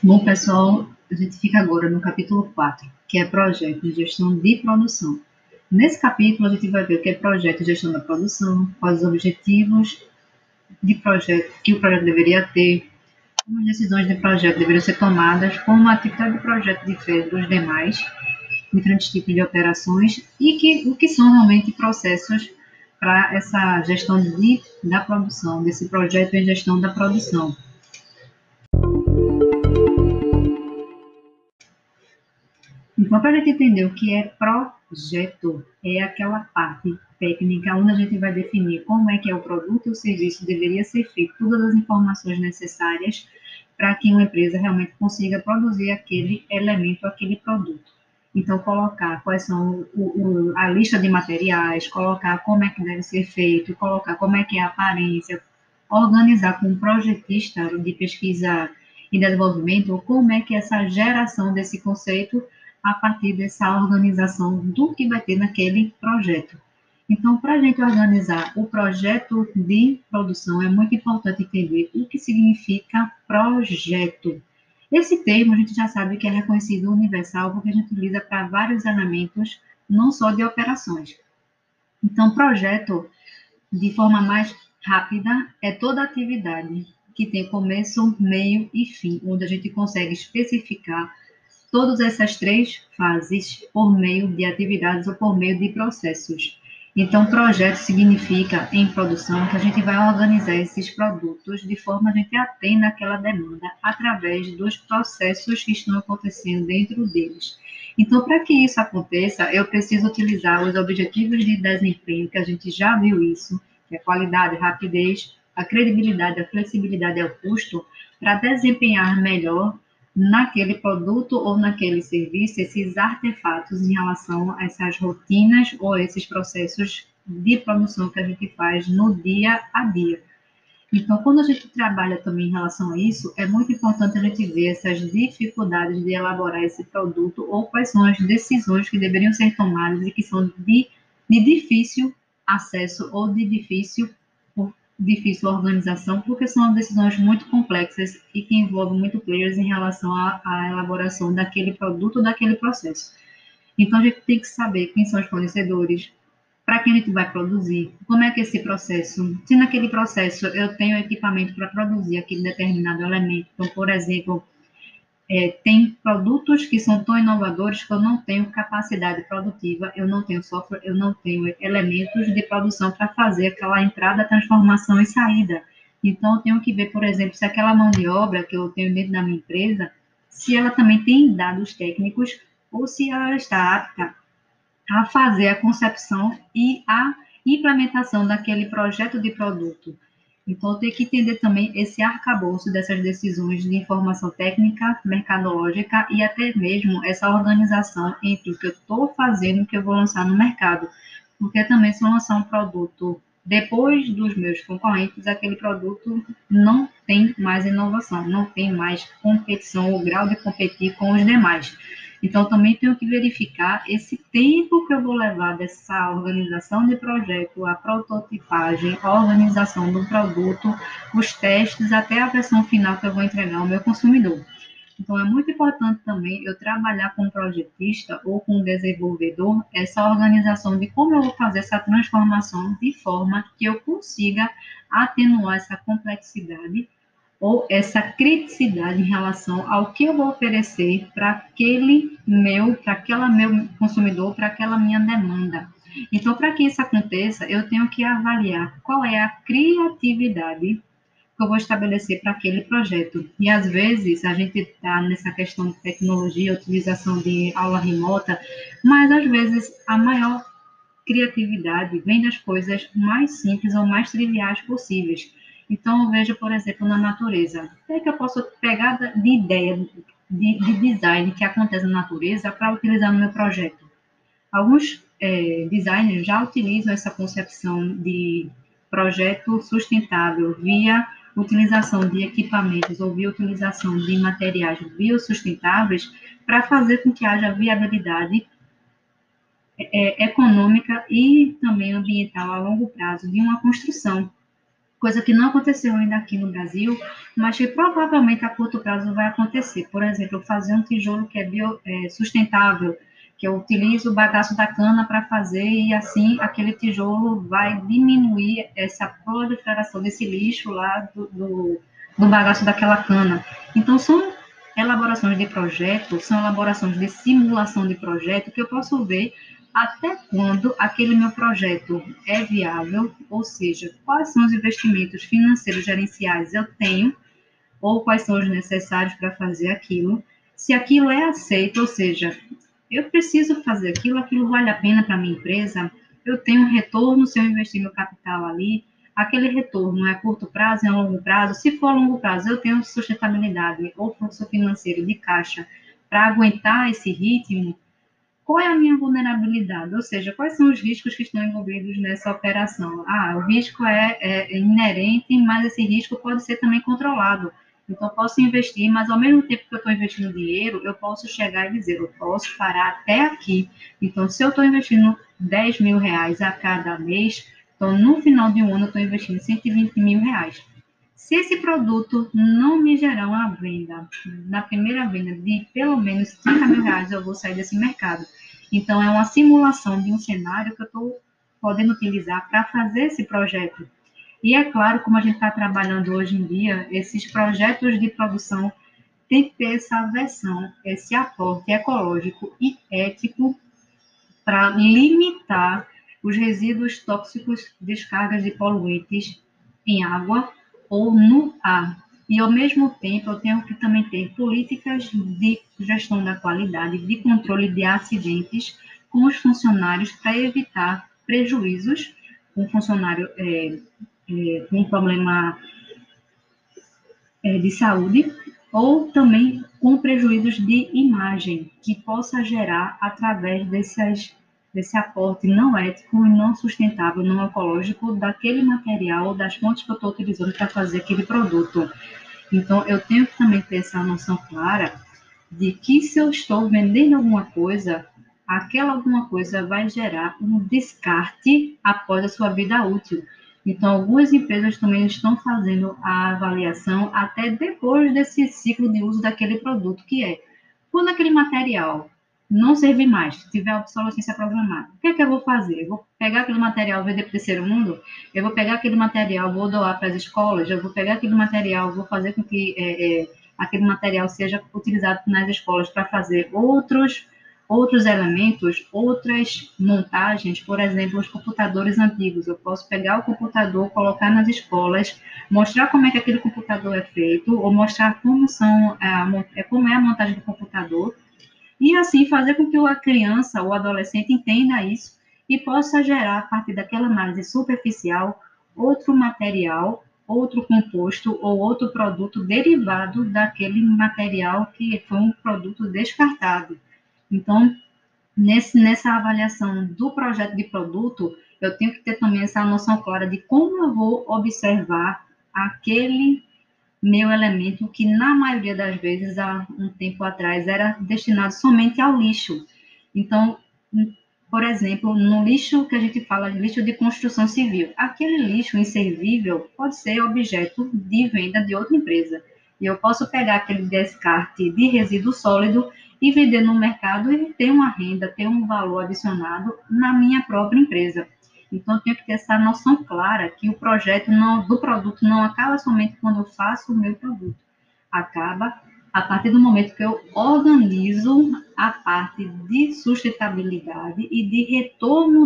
Bom, pessoal, a gente fica agora no capítulo 4, que é projeto e gestão de produção. Nesse capítulo, a gente vai ver o que é projeto e gestão da produção, quais os objetivos de projeto que o projeto deveria ter, como as decisões de projeto deveriam ser tomadas, como a atividade de projeto difere dos demais, diferentes tipos de operações e o que são realmente processos para essa gestão da produção, desse projeto e gestão da produção. Então, para a gente entender o que é projeto, é aquela parte técnica onde a gente vai definir como é que é o produto ou serviço deveria ser feito, todas as informações necessárias para que uma empresa realmente consiga produzir aquele elemento, aquele produto. Então, colocar quais são a lista de materiais, colocar como é que deve ser feito, colocar como é que é a aparência, organizar com um projetista de pesquisa e desenvolvimento, como é que essa geração desse conceito a partir dessa organização do que vai ter naquele projeto. Então, para a gente organizar o projeto de produção, é muito importante entender o que significa projeto. Esse termo a gente já sabe que é reconhecido universal porque a gente utiliza para vários elementos, não só de operações. Então, projeto, de forma mais rápida, é toda atividade que tem começo, meio e fim, onde a gente consegue especificar todas essas três fases por meio de atividades ou por meio de processos. Então, projeto significa, em produção, que a gente vai organizar esses produtos de forma a gente atenda aquela demanda através dos processos que estão acontecendo dentro deles. Então, para que isso aconteça, eu preciso utilizar os objetivos de desempenho, que a gente já viu isso, que é qualidade, rapidez, a credibilidade, a flexibilidade e o custo, para desempenhar melhor naquele produto ou naquele serviço, esses artefatos em relação a essas rotinas ou esses processos de produção que a gente faz no dia a dia. Então, quando a gente trabalha também em relação a isso, é muito importante a gente ver essas dificuldades de elaborar esse produto ou quais são as decisões que deveriam ser tomadas e que são de difícil acesso ou de difícil organização, porque são decisões muito complexas e que envolvem muito players em relação à elaboração daquele produto ou daquele processo. Então, a gente tem que saber quem são os fornecedores, para quem a gente vai produzir, como é que é esse processo, se naquele processo eu tenho equipamento para produzir aquele determinado elemento, então, por exemplo, tem produtos que são tão inovadores que eu não tenho capacidade produtiva, eu não tenho software, eu não tenho elementos de produção para fazer aquela entrada, transformação e saída. Então, eu tenho que ver, por exemplo, se aquela mão de obra que eu tenho dentro da minha empresa, se ela também tem dados técnicos ou se ela está apta a fazer a concepção e a implementação daquele projeto de produto. Então, tem que entender também esse arcabouço dessas decisões de informação técnica, mercadológica e até mesmo essa organização entre o que eu estou fazendo e o que eu vou lançar no mercado. Porque também, se eu lançar um produto depois dos meus concorrentes, aquele produto não tem mais inovação, não tem mais competição, o grau de competir com os demais. Então, também tenho que verificar esse tempo que eu vou levar dessa organização de projeto, a prototipagem, a organização do produto, os testes, até a versão final que eu vou entregar ao meu consumidor. Então, é muito importante também eu trabalhar com um projetista ou com um desenvolvedor essa organização de como eu vou fazer essa transformação de forma que eu consiga atenuar essa complexidade ou essa criticidade em relação ao que eu vou oferecer para aquela meu consumidor, para aquela minha demanda. Então, para que isso aconteça, eu tenho que avaliar qual é a criatividade que eu vou estabelecer para aquele projeto. E às vezes a gente está nessa questão de tecnologia, utilização de aula remota, mas às vezes a maior criatividade vem das coisas mais simples ou mais triviais possíveis. Então, eu vejo, por exemplo, na natureza. O que é que eu posso pegar de ideia, de design que acontece na natureza para utilizar no meu projeto? Alguns designers já utilizam essa concepção de projeto sustentável via utilização de equipamentos ou via utilização de materiais biossustentáveis para fazer com que haja viabilidade econômica e também ambiental a longo prazo de uma construção. coisa que não aconteceu ainda aqui no Brasil, mas que provavelmente a curto prazo vai acontecer. Por exemplo, fazer um tijolo que é sustentável, que eu utilizo o bagaço da cana para fazer e assim aquele tijolo vai diminuir essa proliferação desse lixo lá do bagaço daquela cana. Então, são elaborações de projeto, são elaborações de simulação de projeto que eu posso ver até quando aquele meu projeto é viável, ou seja, quais são os investimentos financeiros gerenciais eu tenho, ou quais são os necessários para fazer aquilo, se aquilo é aceito, ou seja, eu preciso fazer aquilo, aquilo vale a pena para a minha empresa, eu tenho um retorno se eu investir meu capital ali, aquele retorno é a curto prazo, é a longo prazo, se for a longo prazo, eu tenho sustentabilidade ou fluxo financeiro de caixa para aguentar esse ritmo, qual é a minha vulnerabilidade? Ou seja, quais são os riscos que estão envolvidos nessa operação? Ah, o risco é inerente, mas esse risco pode ser também controlado. Então, eu posso investir, mas ao mesmo tempo que eu estou investindo dinheiro, eu posso chegar e dizer, eu posso parar até aqui. Então, se eu estou investindo 10 mil reais a cada mês, então no final de um ano eu estou investindo 120 mil reais. Se esse produto não me gerar uma venda, na primeira venda de pelo menos 30 mil reais, eu vou sair desse mercado. Então, é uma simulação de um cenário que eu estou podendo utilizar para fazer esse projeto. E é claro, como a gente está trabalhando hoje em dia, esses projetos de produção têm que ter essa versão, esse aporte ecológico e ético para limitar os resíduos tóxicos, descargas de poluentes em água ou no ar. E, ao mesmo tempo, eu tenho que também ter políticas de gestão da qualidade, de controle de acidentes com os funcionários para evitar prejuízos. Um funcionário com um problema de saúde ou também com prejuízos de imagem que possa gerar através desse aporte não ético e não sustentável, não ecológico daquele material, das fontes que eu estou utilizando para fazer aquele produto. Então, eu tenho que também ter essa noção clara de que se eu estou vendendo alguma coisa, aquela alguma coisa vai gerar um descarte após a sua vida útil. Então, algumas empresas também estão fazendo a avaliação até depois desse ciclo de uso daquele produto, que é quando aquele material não servir mais, tiver obsolescência programada, o que é que eu vou fazer? Eu vou pegar aquele material e vender para o terceiro mundo? Eu vou pegar aquele material, vou doar para as escolas? Eu vou pegar aquele material, vou fazer com que aquele material seja utilizado nas escolas para fazer outros elementos, outras montagens, por exemplo, os computadores antigos. Eu posso pegar o computador, colocar nas escolas, mostrar como é que aquele computador é feito, ou mostrar como é a montagem do computador, e assim fazer com que a criança ou adolescente entenda isso e possa gerar, a partir daquela análise superficial, outro material, outro composto ou outro produto derivado daquele material que foi um produto descartado. Então, nessa avaliação do projeto de produto, eu tenho que ter também essa noção clara de como eu vou observar aquele meu elemento que, na maioria das vezes, há um tempo atrás, era destinado somente ao lixo. Então, por exemplo, no lixo que a gente fala de lixo de construção civil, aquele lixo inservível pode ser objeto de venda de outra empresa. E eu posso pegar aquele descarte de resíduo sólido e vender no mercado e ter uma renda, ter um valor adicionado na minha própria empresa. Então, eu tenho que ter essa noção clara que o projeto do produto não acaba somente quando eu faço o meu produto. Acaba a partir do momento que eu organizo a parte de sustentabilidade e de retorno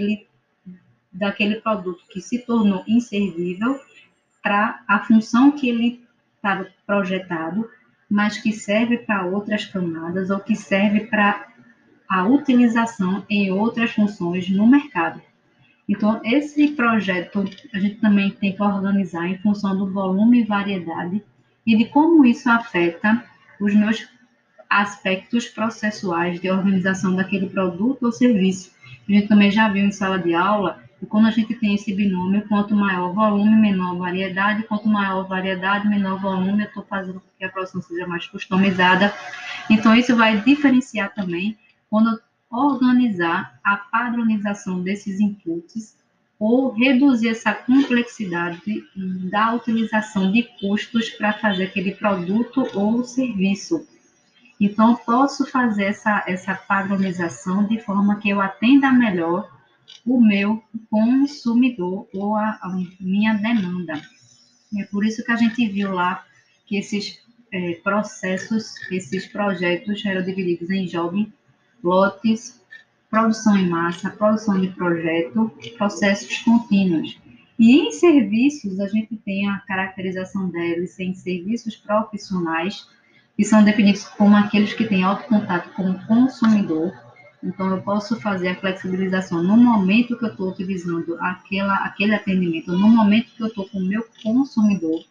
daquele produto que se tornou inservível para a função que ele estava projetado, mas que serve para outras camadas ou que serve para a utilização em outras funções no mercado. Então, esse projeto a gente também tem que organizar em função do volume e variedade e de como isso afeta os meus aspectos processuais de organização daquele produto ou serviço. A gente também já viu em sala de aula que quando a gente tem esse binômio, quanto maior volume, menor variedade, quanto maior variedade, menor volume, eu estou fazendo com que a produção seja mais customizada. Então, isso vai diferenciar também quando organizar a padronização desses inputs ou reduzir essa complexidade da utilização de custos para fazer aquele produto ou serviço. Então, eu posso fazer essa padronização de forma que eu atenda melhor o meu consumidor ou a minha demanda. É por isso que a gente viu lá que esses processos, esses projetos eram divididos em job, lotes, produção em massa, produção de projeto, processos contínuos. E em serviços, a gente tem a caracterização deles em serviços profissionais, que são definidos como aqueles que têm alto contato com o consumidor. Então, eu posso fazer a flexibilização no momento que eu estou utilizando aquele atendimento, no momento que eu estou com o meu consumidor.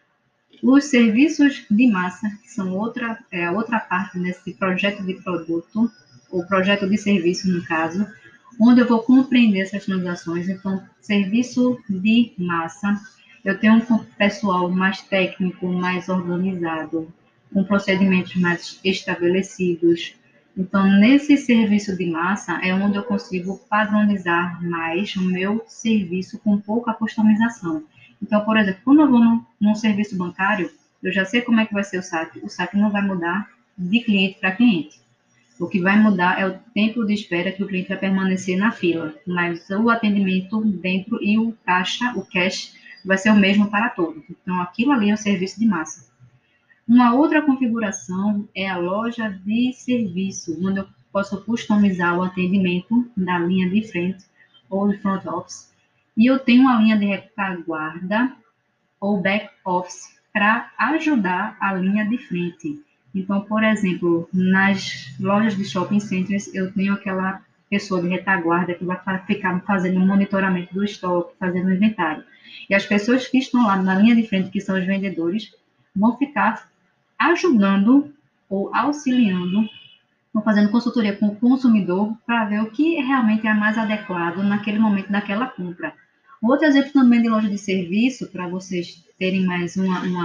Os serviços de massa, que são outra parte nesse projeto de produto, ou projeto de serviço, no caso, onde eu vou compreender essas transações. Então, serviço de massa, eu tenho um pessoal mais técnico, mais organizado, com procedimentos mais estabelecidos. Então, nesse serviço de massa é onde eu consigo padronizar mais o meu serviço com pouca customização. Então, por exemplo, quando eu vou num serviço bancário, eu já sei como é que vai ser o saque. O saque não vai mudar de cliente para cliente. O que vai mudar é o tempo de espera que o cliente vai permanecer na fila, mas o atendimento dentro e o caixa, o cash, vai ser o mesmo para todos. Então, aquilo ali é o serviço de massa. Uma outra configuração é a loja de serviço, onde eu posso customizar o atendimento da linha de frente ou de front office. E eu tenho uma linha de retaguarda ou back office para ajudar a linha de frente. Então, por exemplo, nas lojas de shopping centers, eu tenho aquela pessoa de retaguarda que vai ficar fazendo o monitoramento do estoque, fazendo o inventário. E as pessoas que estão lá na linha de frente, que são os vendedores, vão ficar ajudando ou auxiliando, ou fazendo consultoria com o consumidor para ver o que realmente é mais adequado naquele momento daquela compra. Outro exemplo também de loja de serviço, para vocês terem mais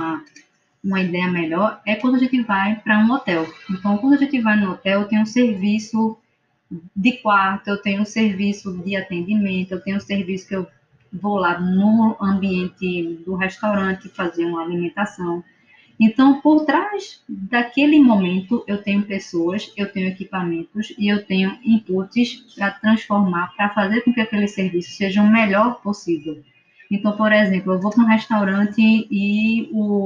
uma ideia melhor, é quando a gente vai para um hotel. Então, quando a gente vai no hotel, tem um serviço de quarto, eu tenho um serviço de atendimento, eu tenho um serviço que eu vou lá no ambiente do restaurante fazer uma alimentação. Então, por trás daquele momento, eu tenho pessoas, eu tenho equipamentos e eu tenho inputs para transformar, para fazer com que aquele serviço seja o melhor possível. Então, por exemplo, eu vou para um restaurante e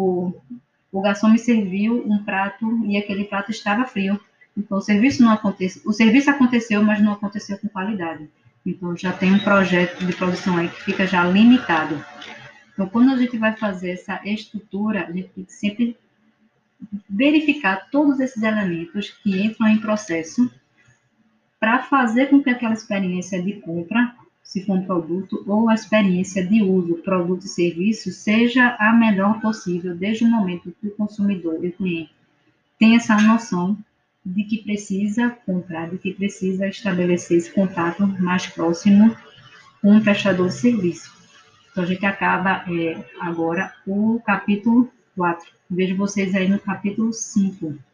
o garçom me serviu um prato e aquele prato estava frio. Então, o serviço aconteceu, mas não aconteceu com qualidade. Então, já tem um projeto de produção aí que fica já limitado. Então, quando a gente vai fazer essa estrutura, a gente tem que sempre verificar todos esses elementos que entram em processo para fazer com que aquela experiência de compra, se for um produto, ou a experiência de uso, produto e serviço, seja a melhor possível, desde o momento que o consumidor e o cliente tem essa noção de que precisa comprar, de que precisa estabelecer esse contato mais próximo com o prestador de serviço. Então, a gente acaba agora o capítulo 4. Vejo vocês aí no capítulo 5.